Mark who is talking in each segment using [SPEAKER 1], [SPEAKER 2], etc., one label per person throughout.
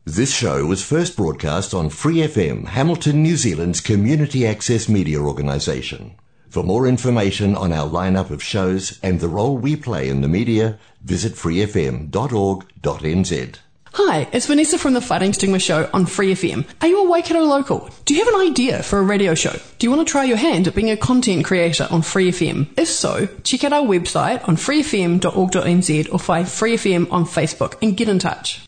[SPEAKER 1] This show was first broadcast on Free FM, Hamilton, New Zealand's community access media organisation. For more information on our lineup of shows and the role we play in the media, visit freefm.org.nz.
[SPEAKER 2] Hi, it's Vanessa from the Fighting Stigma Show on Free FM. Are you a Waikato local? Do you have an idea for a radio show? Do you want to try your hand at being a content creator on Free FM? If so, check out our website on freefm.org.nz or find Free FM on Facebook and get in touch.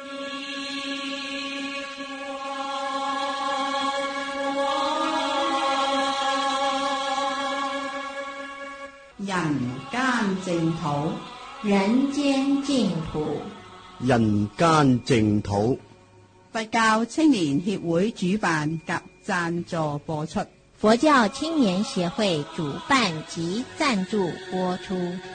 [SPEAKER 3] Nhân gian淨土，
[SPEAKER 4] 人間淨土，
[SPEAKER 3] 佛教青年協會主辦及贊助播出。
[SPEAKER 5] 佛教青年協會主辦及贊助播出。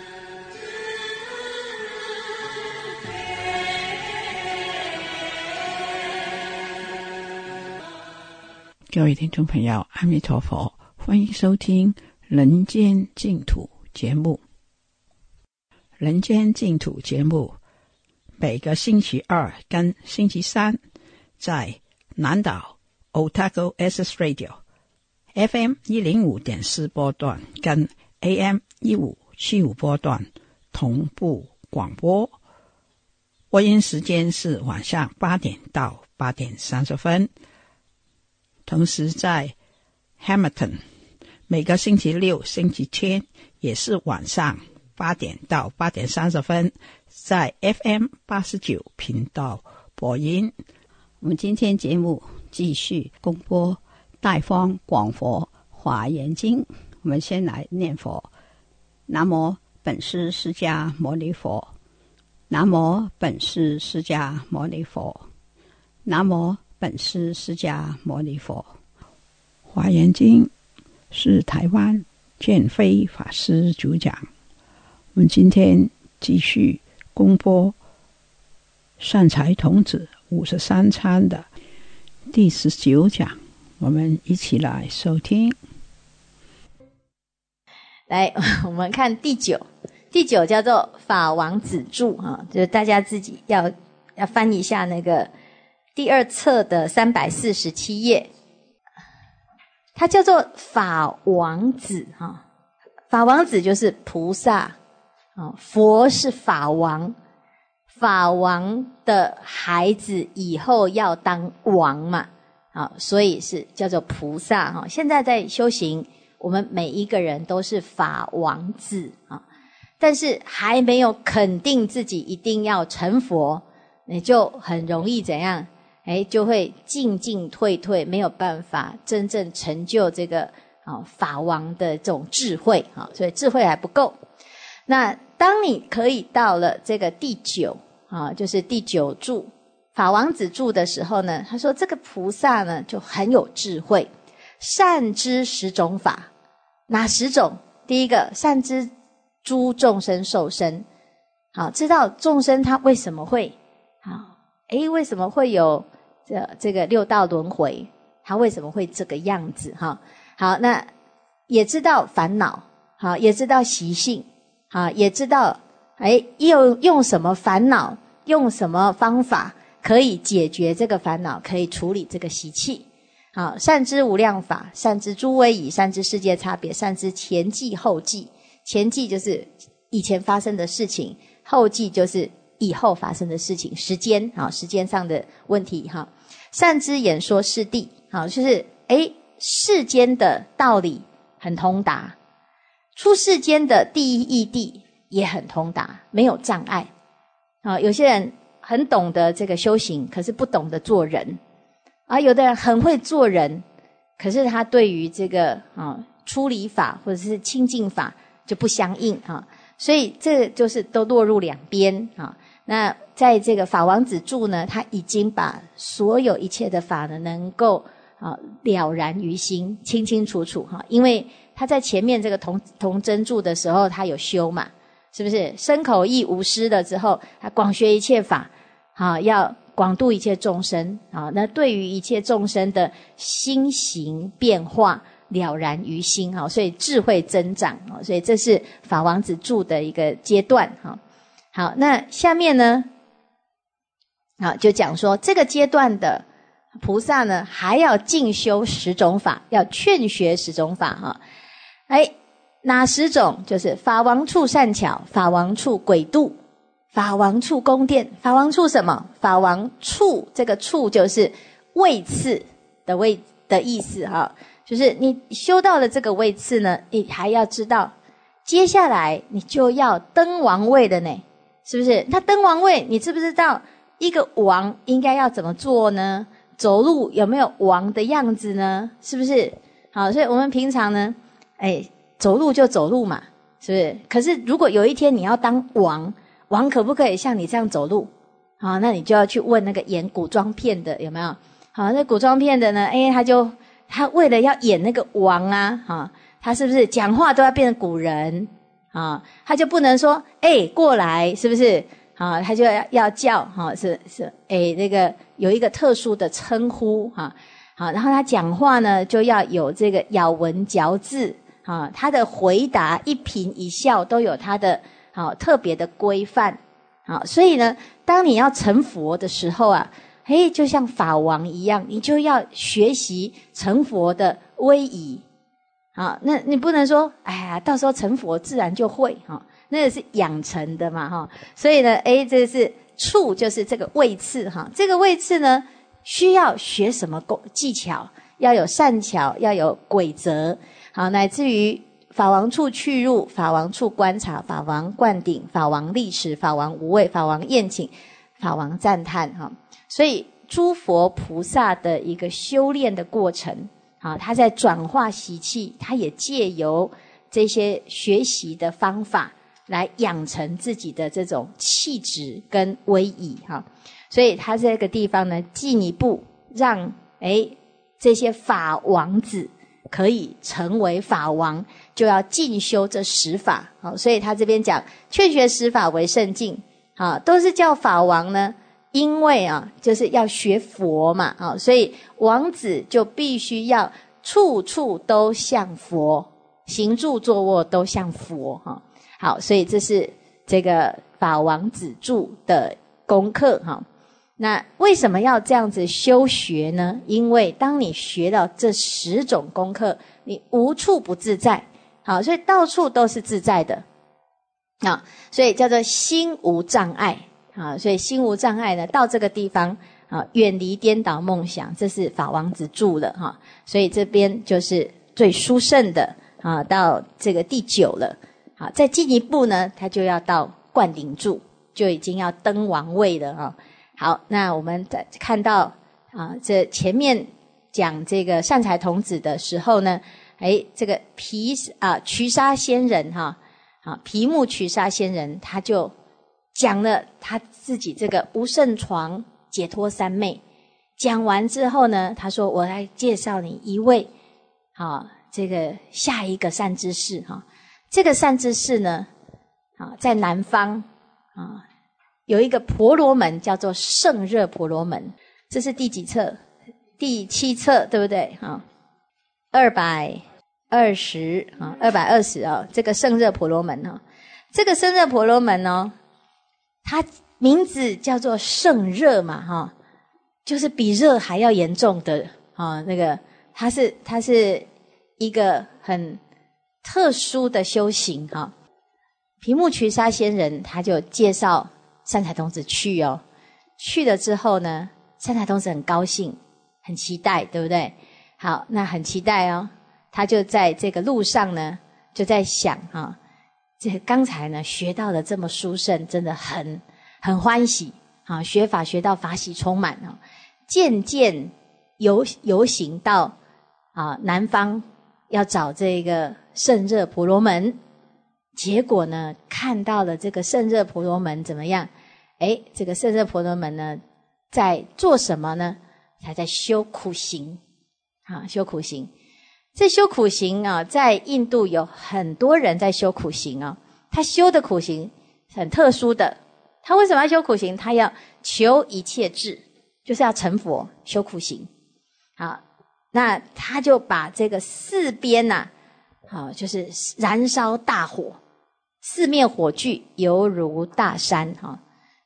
[SPEAKER 6] 各位听众朋友，阿弥陀佛，欢迎收听人间净土节目。人间净土节目每个星期二跟星期三在南岛 Otago SS Radio FM 105.4波段跟 AM 1575波段同步广播，播音时间是晚上8点到8点30分。同时在 Hamilton 每个星期六星期天也是晚上8点到8点30分，在 FM 89频道播音。
[SPEAKER 7] 我们今天节目继续公播大方广佛华严经。我们先来念佛：南无本师释迦牟尼佛，南无本师释迦牟尼佛，南无本师释迦牟尼佛。华严经是台湾建飞法师主讲。我们今天继续公播善财童子53参的第19讲，我们一起来收听。
[SPEAKER 5] 来，我们看第9叫做法王子注啊，就是大家自己要翻一下那个第2册的347页，它叫做法王子啊。法王子就是菩萨。佛是法王，法王的孩子以后要当王嘛，所以是叫做菩萨。现在在修行，我们每一个人都是法王子，但是还没有肯定自己一定要成佛，你就很容易怎样？就会进进退退，没有办法真正成就这个法王的这种智慧，所以智慧还不够。那当你可以到了这个第9就是第9注法王子注的时候呢，他说这个菩萨呢就很有智慧，善知10种法。哪10种？第一个，善知诸众生受生，知道众生他为什么会为什么会有这个6道轮回，他为什么会这个样子好，那也知道烦恼，也知道习性，也知道用什么烦恼，用什么方法可以解决这个烦恼，可以处理这个习气。善知无量法，善知诸威仪，善知世界差别，善知前际后际。前际就是以前发生的事情，后际就是以后发生的事情，时间上的问题。善知演说世谛，就是世间的道理很通达，出世间的第一义谛也很通达，没有障碍。有些人很懂得这个修行，可是不懂得做人。有的人很会做人，可是他对于这个出离法或者是清净法就不相应。所以这就是都落入两边。那在这个法王子注呢，他已经把所有一切的法呢能够了然于心，清清楚楚。因为他在前面这个同真注的时候他有修嘛，是不是身口意无失了之后，他广学一切法，要广度一切众生。那对于一切众生的心行变化了然于心，所以智慧增长。所以这是法王子注的一个阶段。好，那下面呢就讲说这个阶段的菩萨呢，还要进修10种法，要劝学10种法哪10种？就是法王处善巧，法王处轨度，法王处宫殿。法王处什么？法王处，这个处就是位次的意思就是你修到了这个位次呢，你还要知道接下来你就要登王位的呢，是不是？那登王位你知不知道一个王应该要怎么做呢？走路有没有王的样子呢？是不是？好，所以我们平常呢走路就走路嘛，是不是？可是如果有一天你要当王可不可以像你这样走路？好，那你就要去问那个演古装片的有没有？好，那古装片的呢他为了要演那个王他是不是讲话都要变成古人他就不能说过来，是不是？他就要叫是那个有一个特殊的称呼好，然后他讲话呢就要有这个咬文嚼字他的回答一颦一笑都有他的特别的规范所以呢，当你要成佛的时候就像法王一样，你就要学习成佛的威仪那你不能说到时候成佛自然就会那个是养成的嘛所以呢这是处，就是这个位次这个位次呢需要学什么技巧？要有善巧，要有轨则乃至于法王处去入，法王处观察，法王灌顶，法王立持，法王无畏，法王宴请，法王赞叹所以诸佛菩萨的一个修炼的过程他在转化习气，他也借由这些学习的方法来养成自己的这种气质跟威仪所以他这个地方呢，进一步让这些法王子可以成为法王，就要进修这10法所以他这边讲劝学10法为甚进都是叫法王呢，因为就是要学佛嘛所以王子就必须要处处都像佛，行住坐卧都像佛好，所以这是这个法王子住的功课那为什么要这样子修学呢？因为当你学到这10种功课，你无处不自在所以到处都是自在的所以叫做心无障碍所以心无障碍呢，到这个地方远离颠倒梦想，这是法王子住了所以这边就是最殊胜的到这个第9了再进一步呢，他就要到灌顶住，就已经要登王位了好，那我们再看到这前面讲这个善财童子的时候呢这个瞿沙仙人毗目瞿沙仙人他就讲了他自己这个无胜床解脱三昧。讲完之后呢，他说我来介绍你一位这个下一个善知识这个善知识呢在南方有一个婆罗门叫做胜热婆罗门，这是第几册？第7册，对不对？220这个胜热婆罗门这个胜热婆罗门他名字叫做胜热嘛就是比热还要严重的那个他是一个很特殊的修行毗目瞿沙仙人他就介绍善财童子去去了之后呢，善财童子很高兴，很期待，对不对？好，那很期待他就在这个路上呢，就在想这刚才呢学到的这么殊胜，真的很欢喜学法学到法喜充满渐渐游行到南方，要找这个胜热婆罗门。结果呢，看到了这个胜热婆罗门怎么样？这个胜热婆罗门呢，在做什么呢？他在修苦行修苦行。这修苦行在印度有很多人在修苦行他修的苦行很特殊的。他为什么要修苦行？他要求一切智，就是要成佛，修苦行。好，那他就把这个四边就是燃烧大火，四面火炬犹如大山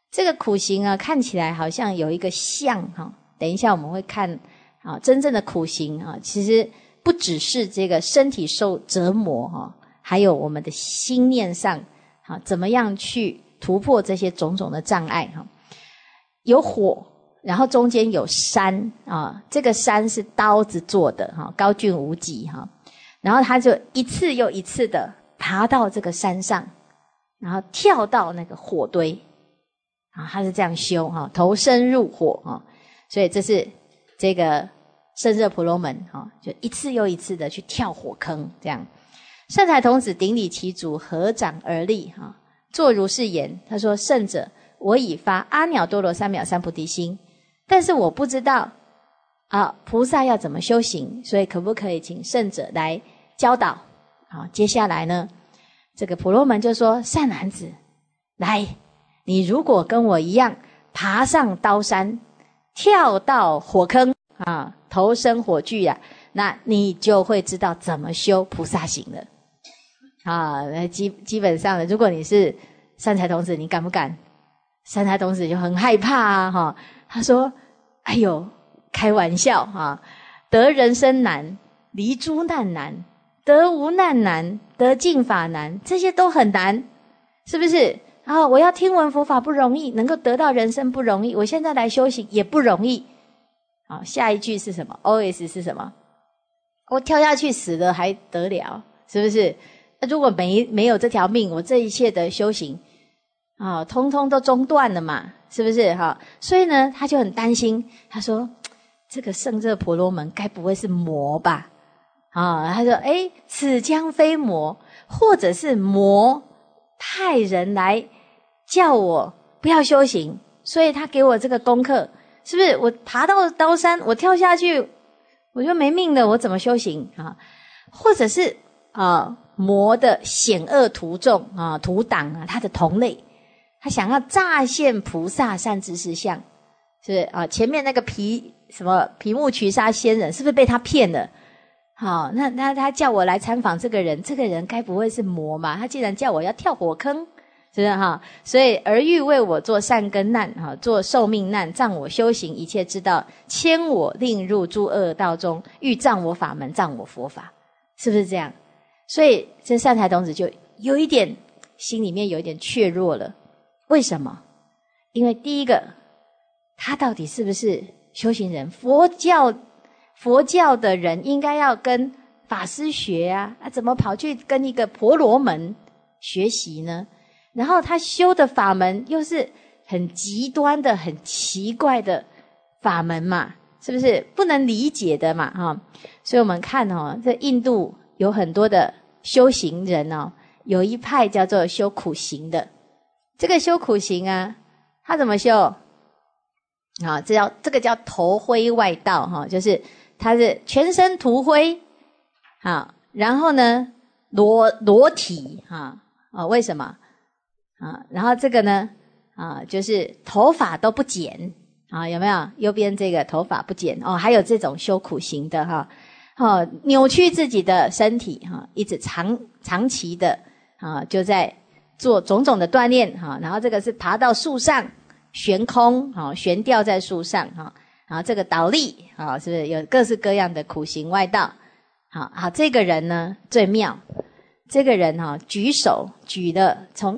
[SPEAKER 5] 这个苦行啊，看起来好像有一个像哈，等一下我们会看啊，真正的苦行啊，其实不只是这个身体受折磨哈，还有我们的心念上啊，怎么样去突破这些种种的障碍哈。有火，然后中间有山啊，这个山是刀子做的哈，高峻无极哈。然后他就一次又一次的爬到这个山上，然后跳到那个火堆啊，他是这样修哈，投身入火啊，所以这是这个圣热婆罗门哈，就一次又一次的去跳火坑这样。善财童子顶礼其足，合掌而立哈，作如是言，他说：圣者，我已发阿耨多罗三藐三菩提心，但是我不知道啊，菩萨要怎么修行，所以可不可以请圣者来教导？好，接下来呢，这个婆罗门就说：善男子，来，你如果跟我一样爬上刀山，跳到火坑啊，投身火炬啊，那你就会知道怎么修菩萨行了啊。基本上的，如果你是善财童子，你敢不敢？善财童子就很害怕啊哈，他说：哎呦，开玩笑啊，得人生难，离诸难难，得无难难，得尽法难，这些都很难，是不是？然后我要听闻佛法不容易，能够得到人生不容易，我现在来修行也不容易。好，下一句是什么 ？OS 是什么？我跳下去死了还得了？是不是？如果没有这条命，我这一切的修行啊，通通都中断了嘛，是不是哈？所以呢，他就很担心，他说：这个圣热婆罗门该不会是魔吧？啊，他说：此将非魔，或者是魔派人来叫我不要修行，所以他给我这个功课，是不是？我爬到刀山，我跳下去，我就没命了，我怎么修行啊？或者是魔的险恶徒众啊，徒党啊，他的同类。他想要乍现菩萨善知识相，是不是啊？前面那个毗目瞿沙仙人是不是被他骗了？好，那他叫我来参访这个人该不会是魔嘛？他既然叫我要跳火坑，是不是哈？所以而欲为我做善根难哈，做寿命难，障我修行一切之道，牵我令入诸恶道中，欲障我法门，障我佛法，是不是这样？所以这善财童子就有一点心里面有一点怯弱了。为什么？因为第一个，他到底是不是修行人？佛教的人应该要跟法师学啊，怎么跑去跟一个婆罗门学习呢？然后他修的法门又是很极端的、很奇怪的法门嘛，是不是不能理解的嘛？哈，所以我们看这印度有很多的修行人有一派叫做修苦行的。这个修苦行啊，他怎么修啊？这个叫头灰外道哈，就是他是全身涂灰啊，然后呢裸体为什么啊？然后这个呢就是头发都不剪啊，有没有？右边这个头发不剪还有这种修苦行的哈，扭曲自己的身体一直长期的就在做种种的锻炼然后这个是爬到树上悬空悬吊在树上然后这个倒立是不是有各式各样的苦行外道？好，这个人呢最妙，这个人举手举了从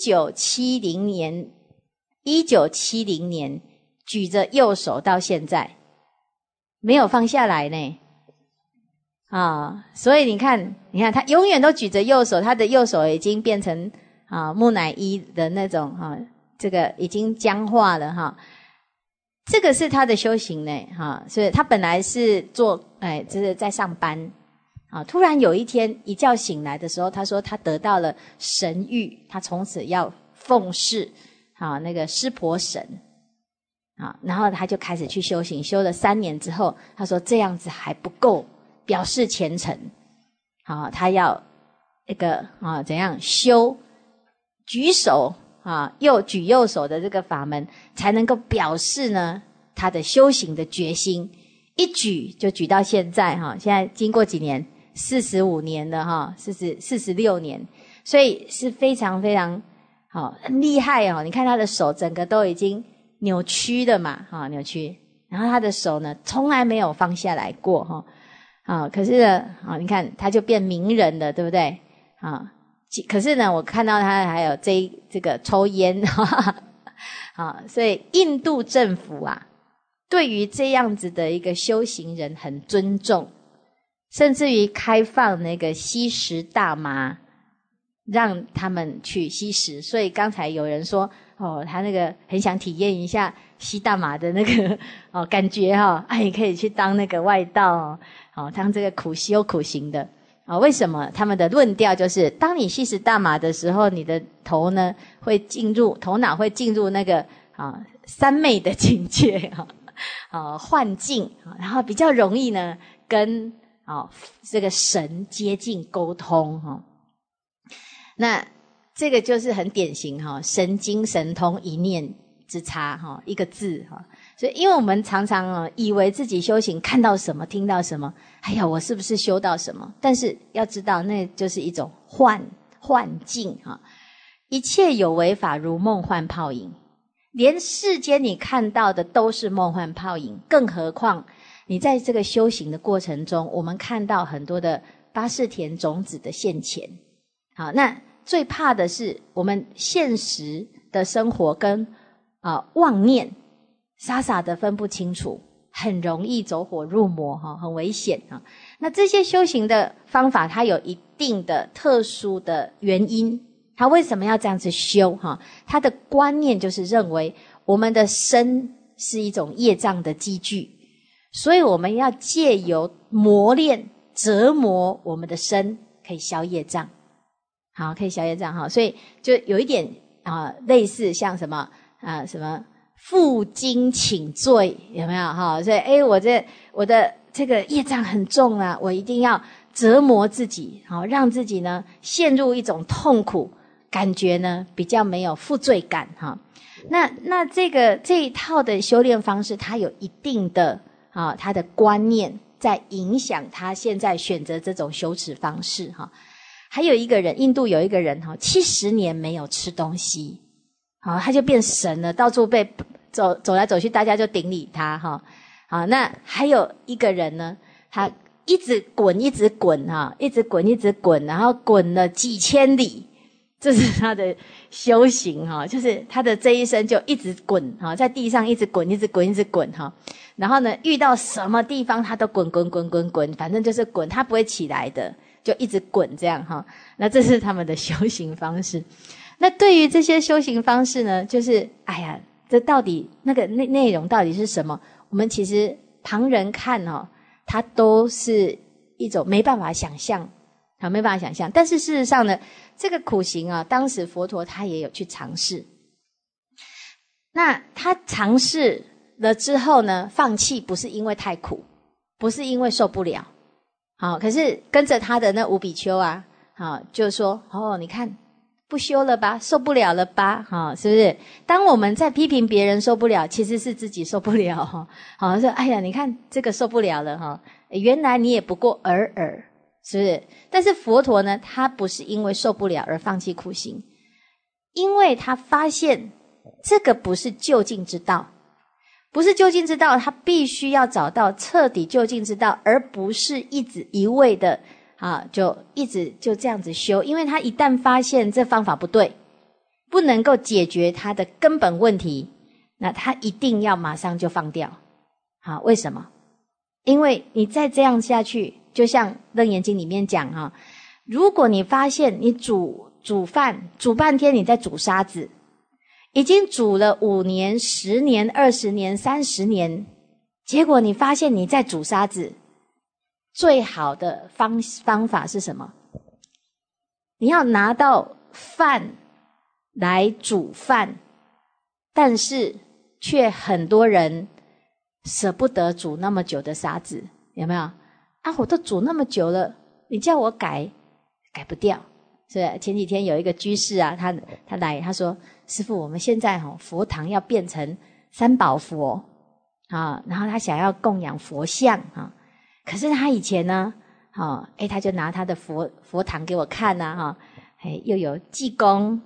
[SPEAKER 5] 1970年举着右手到现在没有放下来呢所以你看他永远都举着右手，他的右手已经变成木乃伊的那种这个已经僵化了这个是他的修行呢所以他本来是就是在上班突然有一天一觉醒来的时候，他说他得到了神谕，他从此要奉事那个湿婆神然后他就开始去修行，修了3年之后，他说这样子还不够表示虔诚他要一个怎样修举手举右手的这个法门，才能够表示呢他的修行的决心。一举就举到现在现在经过几年，45年了46年，所以是非常非常很厉害哦，你看他的手整个都已经扭曲了嘛，扭曲，然后他的手呢从来没有放下来过可是呢你看他就变名人了，对不对可是呢我看到他还有这个抽烟所以印度政府对于这样子的一个修行人很尊重，甚至于开放那个吸食大麻，让他们去吸食。所以刚才有人说他那个很想体验一下吸大麻的那个感觉也可以去当那个外道当这个苦行的为什么？他们的论调就是当你吸食大麻的时候，你的头脑会进入那个三昧的境界幻境，然后比较容易呢跟这个神接近沟通那这个就是很典型神经神通一念之差一个字所以因为我们常常以为自己修行看到什么听到什么，哎呀我是不是修到什么，但是要知道那就是一种幻境一切有为法如梦幻泡影，连世间你看到的都是梦幻泡影，更何况你在这个修行的过程中，我们看到很多的八识田种子的现前那最怕的是我们现实的生活跟妄念傻傻的分不清楚，很容易走火入魔很危险那这些修行的方法它有一定的特殊的原因，它为什么要这样子修它的观念就是认为我们的身是一种业障的积聚，所以我们要借由磨练折磨我们的身，可以消业障可以消业障所以就有一点类似像什么负荆请罪，有没有所以我的这个业障很重我一定要折磨自己让自己呢陷入一种痛苦感觉呢比较没有负罪感那这一套的修炼方式，它有一定的他的观念在影响他现在选择这种修持方式还有一个人，印度有一个人70年没有吃东西他就变神了，到处被走来走去，大家就顶礼他那还有一个人呢，他一直滚一直滚一直滚一直滚，然后滚了几千里，这是他的修行就是他的这一生就一直滚在地上一直滚一直滚一直滚然后呢遇到什么地方他都滚，反正就是滚，他不会起来的，就一直滚这样那这是他们的修行方式。那对于这些修行方式呢，就是这到底那个内容到底是什么，我们其实旁人看它都是一种没办法想象没办法想象。但是事实上呢，这个苦行当时佛陀他也有去尝试，那他尝试了之后呢，放弃不是因为太苦，不是因为受不了可是跟着他的那五比丘就说你看不修了吧，受不了了吧是不是？当我们在批评别人受不了，其实是自己受不了说哎呀你看这个受不了了原来你也不过尔，是不是？但是佛陀呢，他不是因为受不了而放弃苦行，因为他发现这个不是究竟之道，不是究竟之道，他必须要找到彻底究竟之道，而不是一味的就一直就这样子修。因为他一旦发现这方法不对，不能够解决他的根本问题，那他一定要马上就放掉为什么？因为你再这样下去，就像楞严经里面讲如果你发现你煮饭煮半天，你在煮沙子，已经煮了5年10年20年30年，结果你发现你在煮沙子，最好的方法是什么？你要拿到饭来煮饭，但是却很多人舍不得煮那么久的沙子，有没有我都煮那么久了，你叫我改不掉。所以前几天有一个居士他来，他说师父，我们现在佛堂要变成三宝佛然后他想要供养佛像可是他以前呢他就拿他的佛堂给我看又有济公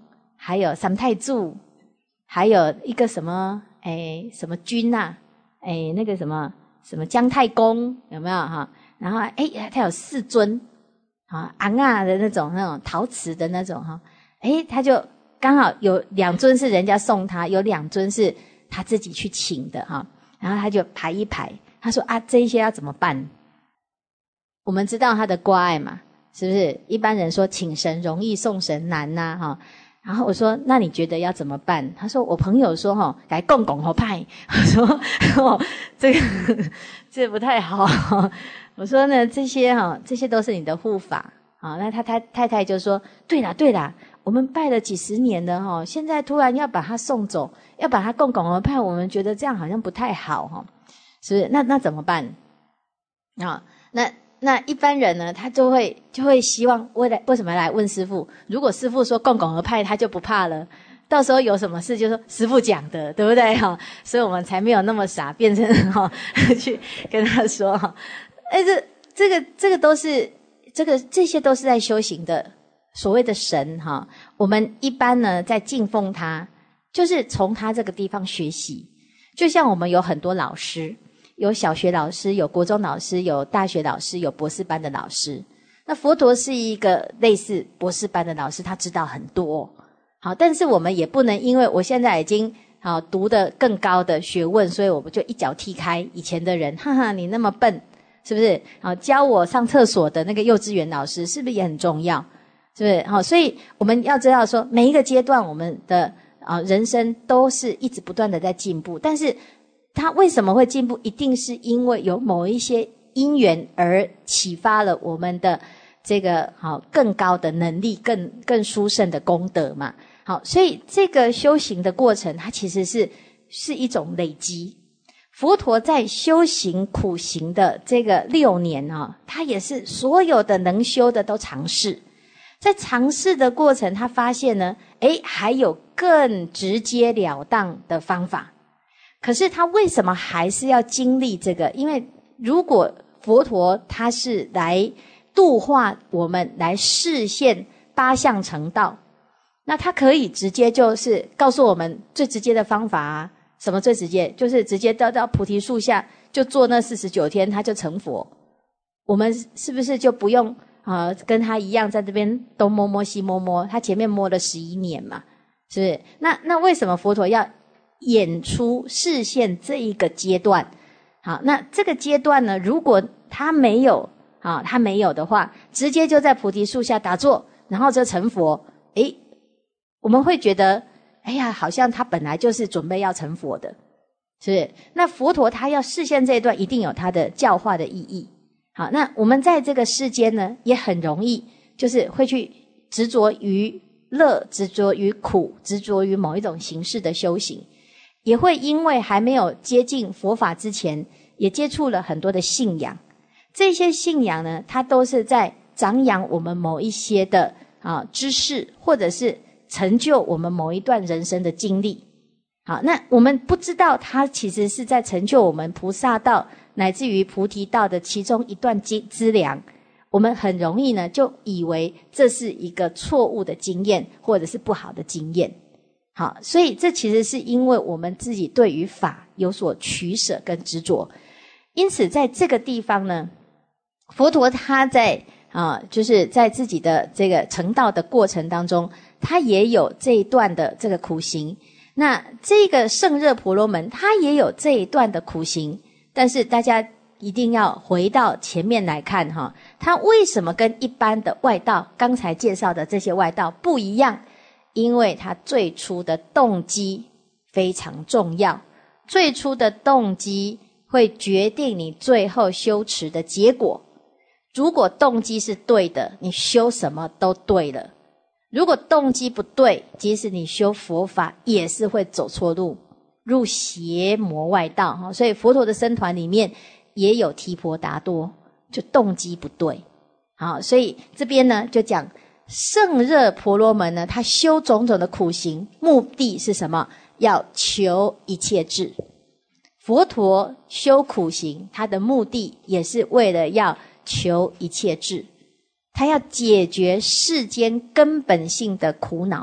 [SPEAKER 5] 还有三太祖，还有一个什么什么君啊，那个什么姜太公有没有哈？然后他有4尊啊，昂啊的那种陶瓷的那种哈，他就刚好有2尊是人家送他，有2尊是他自己去请的哈，然后他就排一排，他说啊，这些要怎么办？我们知道他的关爱嘛，是不是？一般人说请神容易送神难呐哈。然后我说那你觉得要怎么办？他说我朋友说改共共和派。我说这不太好。我说呢这些都是你的护法啊。那他太太就说对啦，我们拜了几十年了现在突然要把他送走，要把他共共和派，我们觉得这样好像不太好是不是？那怎么办啊？那一般人呢，他就会希望为什么来问师父？如果师父说共共和派，他就不怕了。到时候有什么事就说师父讲的，对不对所以我们才没有那么傻，变成去跟他说这个都是这些都是在修行的所谓的神我们一般呢在敬奉他，就是从他这个地方学习。就像我们有很多老师。有小学老师，有国中老师，有大学老师，有博士班的老师。那佛陀是一个类似博士班的老师，他知道很多。好，但是我们也不能因为我现在已经读得更高的学问，所以我们就一脚踢开以前的人。哈哈，你那么笨，是不是？教我上厕所的那个幼稚园老师，是不是也很重要？是不是？所以我们要知道说，每一个阶段我们的人生都是一直不断的在进步，但是他为什么会进步？一定是因为有某一些因缘而启发了我们的这个更高的能力，更殊胜的功德嘛。好，所以这个修行的过程，它其实是一种累积。佛陀在修行苦行的这个6年他也是所有的能修的都尝试。在尝试的过程，他发现呢，还有更直截了当的方法。可是他为什么还是要经历这个？因为如果佛陀他是来度化我们，来示现8相成道，那他可以直接就是告诉我们最直接的方法啊。什么最直接？就是直接到菩提树下就做那49天，他就成佛。我们是不是就不用跟他一样在这边东摸摸西摸摸？他前面摸了11年嘛，是不是？那为什么佛陀要演出示现这一个阶段？好，那这个阶段呢，如果他没有的话，直接就在菩提树下打坐，然后就成佛。我们会觉得好像他本来就是准备要成佛的，是不是？那佛陀他要示现这一段，一定有他的教化的意义。好，那我们在这个世间呢，也很容易就是会去执着于乐，执着于苦，执着于某一种形式的修行，也会因为还没有接近佛法之前，也接触了很多的信仰。这些信仰呢，它都是在长养我们某一些的知识，或者是成就我们某一段人生的经历。好，那我们不知道它其实是在成就我们菩萨道乃至于菩提道的其中一段资粮，我们很容易呢就以为这是一个错误的经验，或者是不好的经验。好，所以这其实是因为我们自己对于法有所取舍跟执着。因此在这个地方呢，佛陀他在就是在自己的这个成道的过程当中，他也有这一段的这个苦行。那这个圣热婆罗门他也有这一段的苦行，但是大家一定要回到前面来看他为什么跟一般的外道刚才介绍的这些外道不一样？因为他最初的动机非常重要，最初的动机会决定你最后修持的结果。如果动机是对的，你修什么都对了。如果动机不对，即使你修佛法也是会走错路，入邪魔外道。所以佛陀的僧团里面也有提婆达多，就动机不对。好，所以这边呢就讲圣热婆罗门呢，他修种种的苦行，目的是什么？要求一切智。佛陀修苦行，他的目的也是为了要求一切智，他要解决世间根本性的苦恼。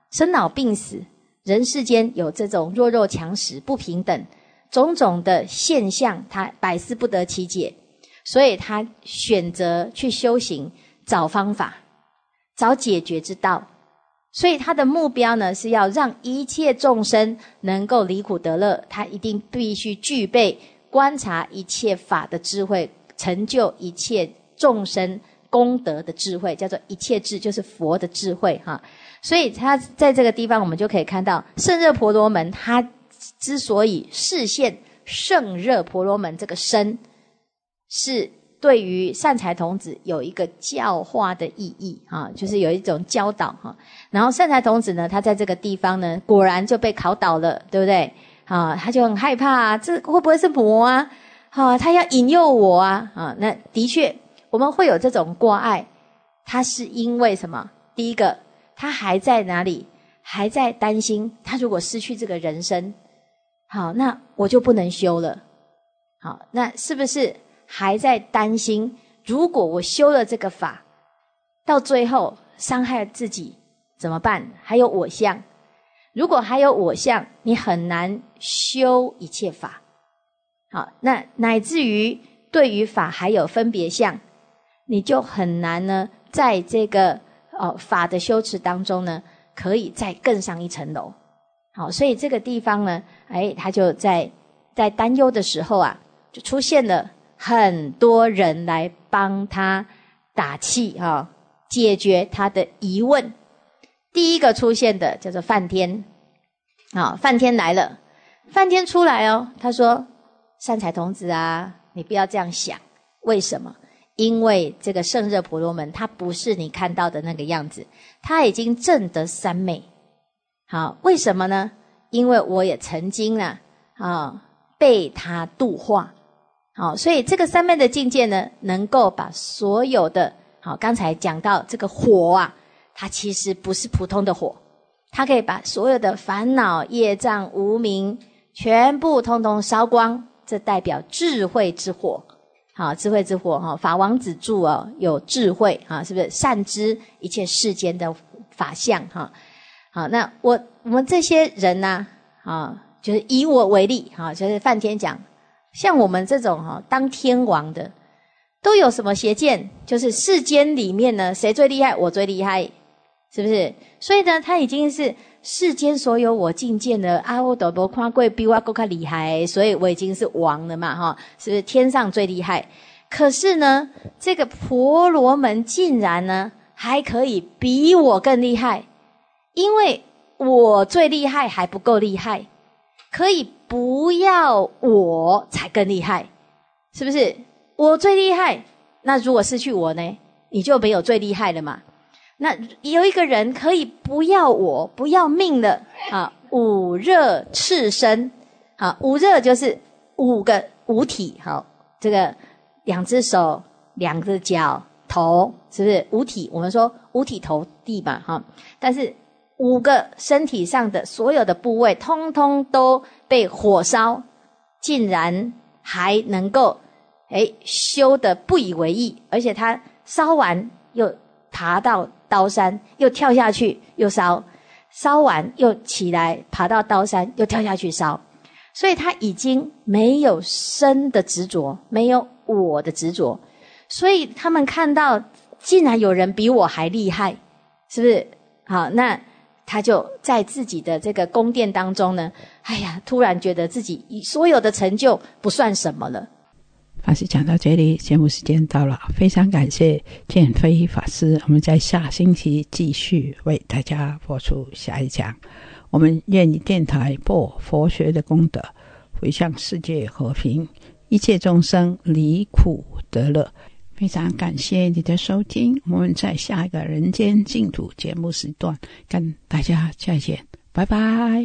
[SPEAKER 5] 生老病死，人世间有这种弱肉强食、不平等种种的现象，他百思不得其解，所以他选择去修行，找方法，找解决之道。所以他的目标呢，是要让一切众生能够离苦得乐，他一定必须具备观察一切法的智慧，成就一切众生功德的智慧，叫做一切智，就是佛的智慧哈。所以他在这个地方我们就可以看到，圣热婆罗门他之所以示现圣热婆罗门这个身，是对于善财童子有一个教化的意义哈，就是有一种教导哈。然后善财童子呢，他在这个地方呢，果然就被考倒了，对不对？他就很害怕这会不会是魔啊？他要引诱我啊！那的确我们会有这种挂碍，他是因为什么？第一个，他还在哪里？还在担心他如果失去这个人生，好，那我就不能修了。好，那是不是还在担心，如果我修了这个法，到最后伤害自己怎么办？还有我相，如果还有我相，你很难修一切法。好，那乃至于对于法还有分别相，你就很难呢，在这个法的修持当中呢，可以再更上一层楼。好，所以这个地方呢，他就在担忧的时候啊，就出现了很多人来帮他打气解决他的疑问。第一个出现的叫做梵天。梵天来了，梵天出来他说：善财童子啊，你不要这样想。为什么？因为这个圣热婆罗门他不是你看到的那个样子，他已经证得三昧。好，为什么呢？因为我也曾经被他度化。好，所以这个三昧的境界呢，能够把所有的刚才讲到这个火啊，它其实不是普通的火，它可以把所有的烦恼、业障、无明全部通通烧光，这代表智慧之火。好，智慧之火法王子住有智慧是不是？善知一切世间的法相好，那我们这些人呢就是以我为例就是梵天讲，像我们这种当天王的，都有什么邪见？就是世间里面呢，谁最厉害？我最厉害，是不是？所以呢，他已经是世间所有我境界的我都没看过比我更厉害，所以我已经是王了嘛是不是？天上最厉害。可是呢，这个婆罗门竟然呢还可以比我更厉害，因为我最厉害还不够厉害，可以不要我才更厉害，是不是？我最厉害，那如果失去我呢，你就没有最厉害了嘛。那有一个人可以不要我，不要命了五热赤身。五热就是5个五体。好，这个2只手、2个脚、头，是不是五体？我们说五体投地嘛但是5个身体上的所有的部位通通都被火烧，竟然还能够修得不以为意，而且他烧完又爬到刀山，又跳下去又烧，烧完又起来爬到刀山又跳下去烧，所以他已经没有身的执着，没有我的执着，所以他们看到竟然有人比我还厉害，是不是？好，那他就在自己的这个宫殿当中呢，突然觉得自己所有的成就不算什么了。
[SPEAKER 6] 法师讲到这里，节目时间到了，非常感谢建飞法师，我们在下星期继续为大家播出下一讲。我们愿以电台播佛学的功德，回向世界和平，一切众生离苦得乐。非常感谢你的收听，我们在下一个人间净土节目时段跟大家再见，拜拜。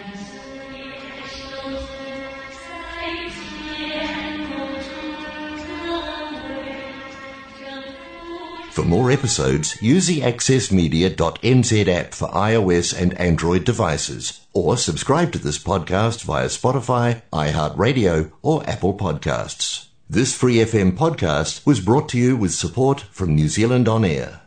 [SPEAKER 1] For more episodes, use the accessmedia.nz app for iOS and Android devices, or subscribe to this podcast via Spotify, iHeartRadio, or Apple Podcasts. This Free FM podcast was brought to you with support from New Zealand On Air.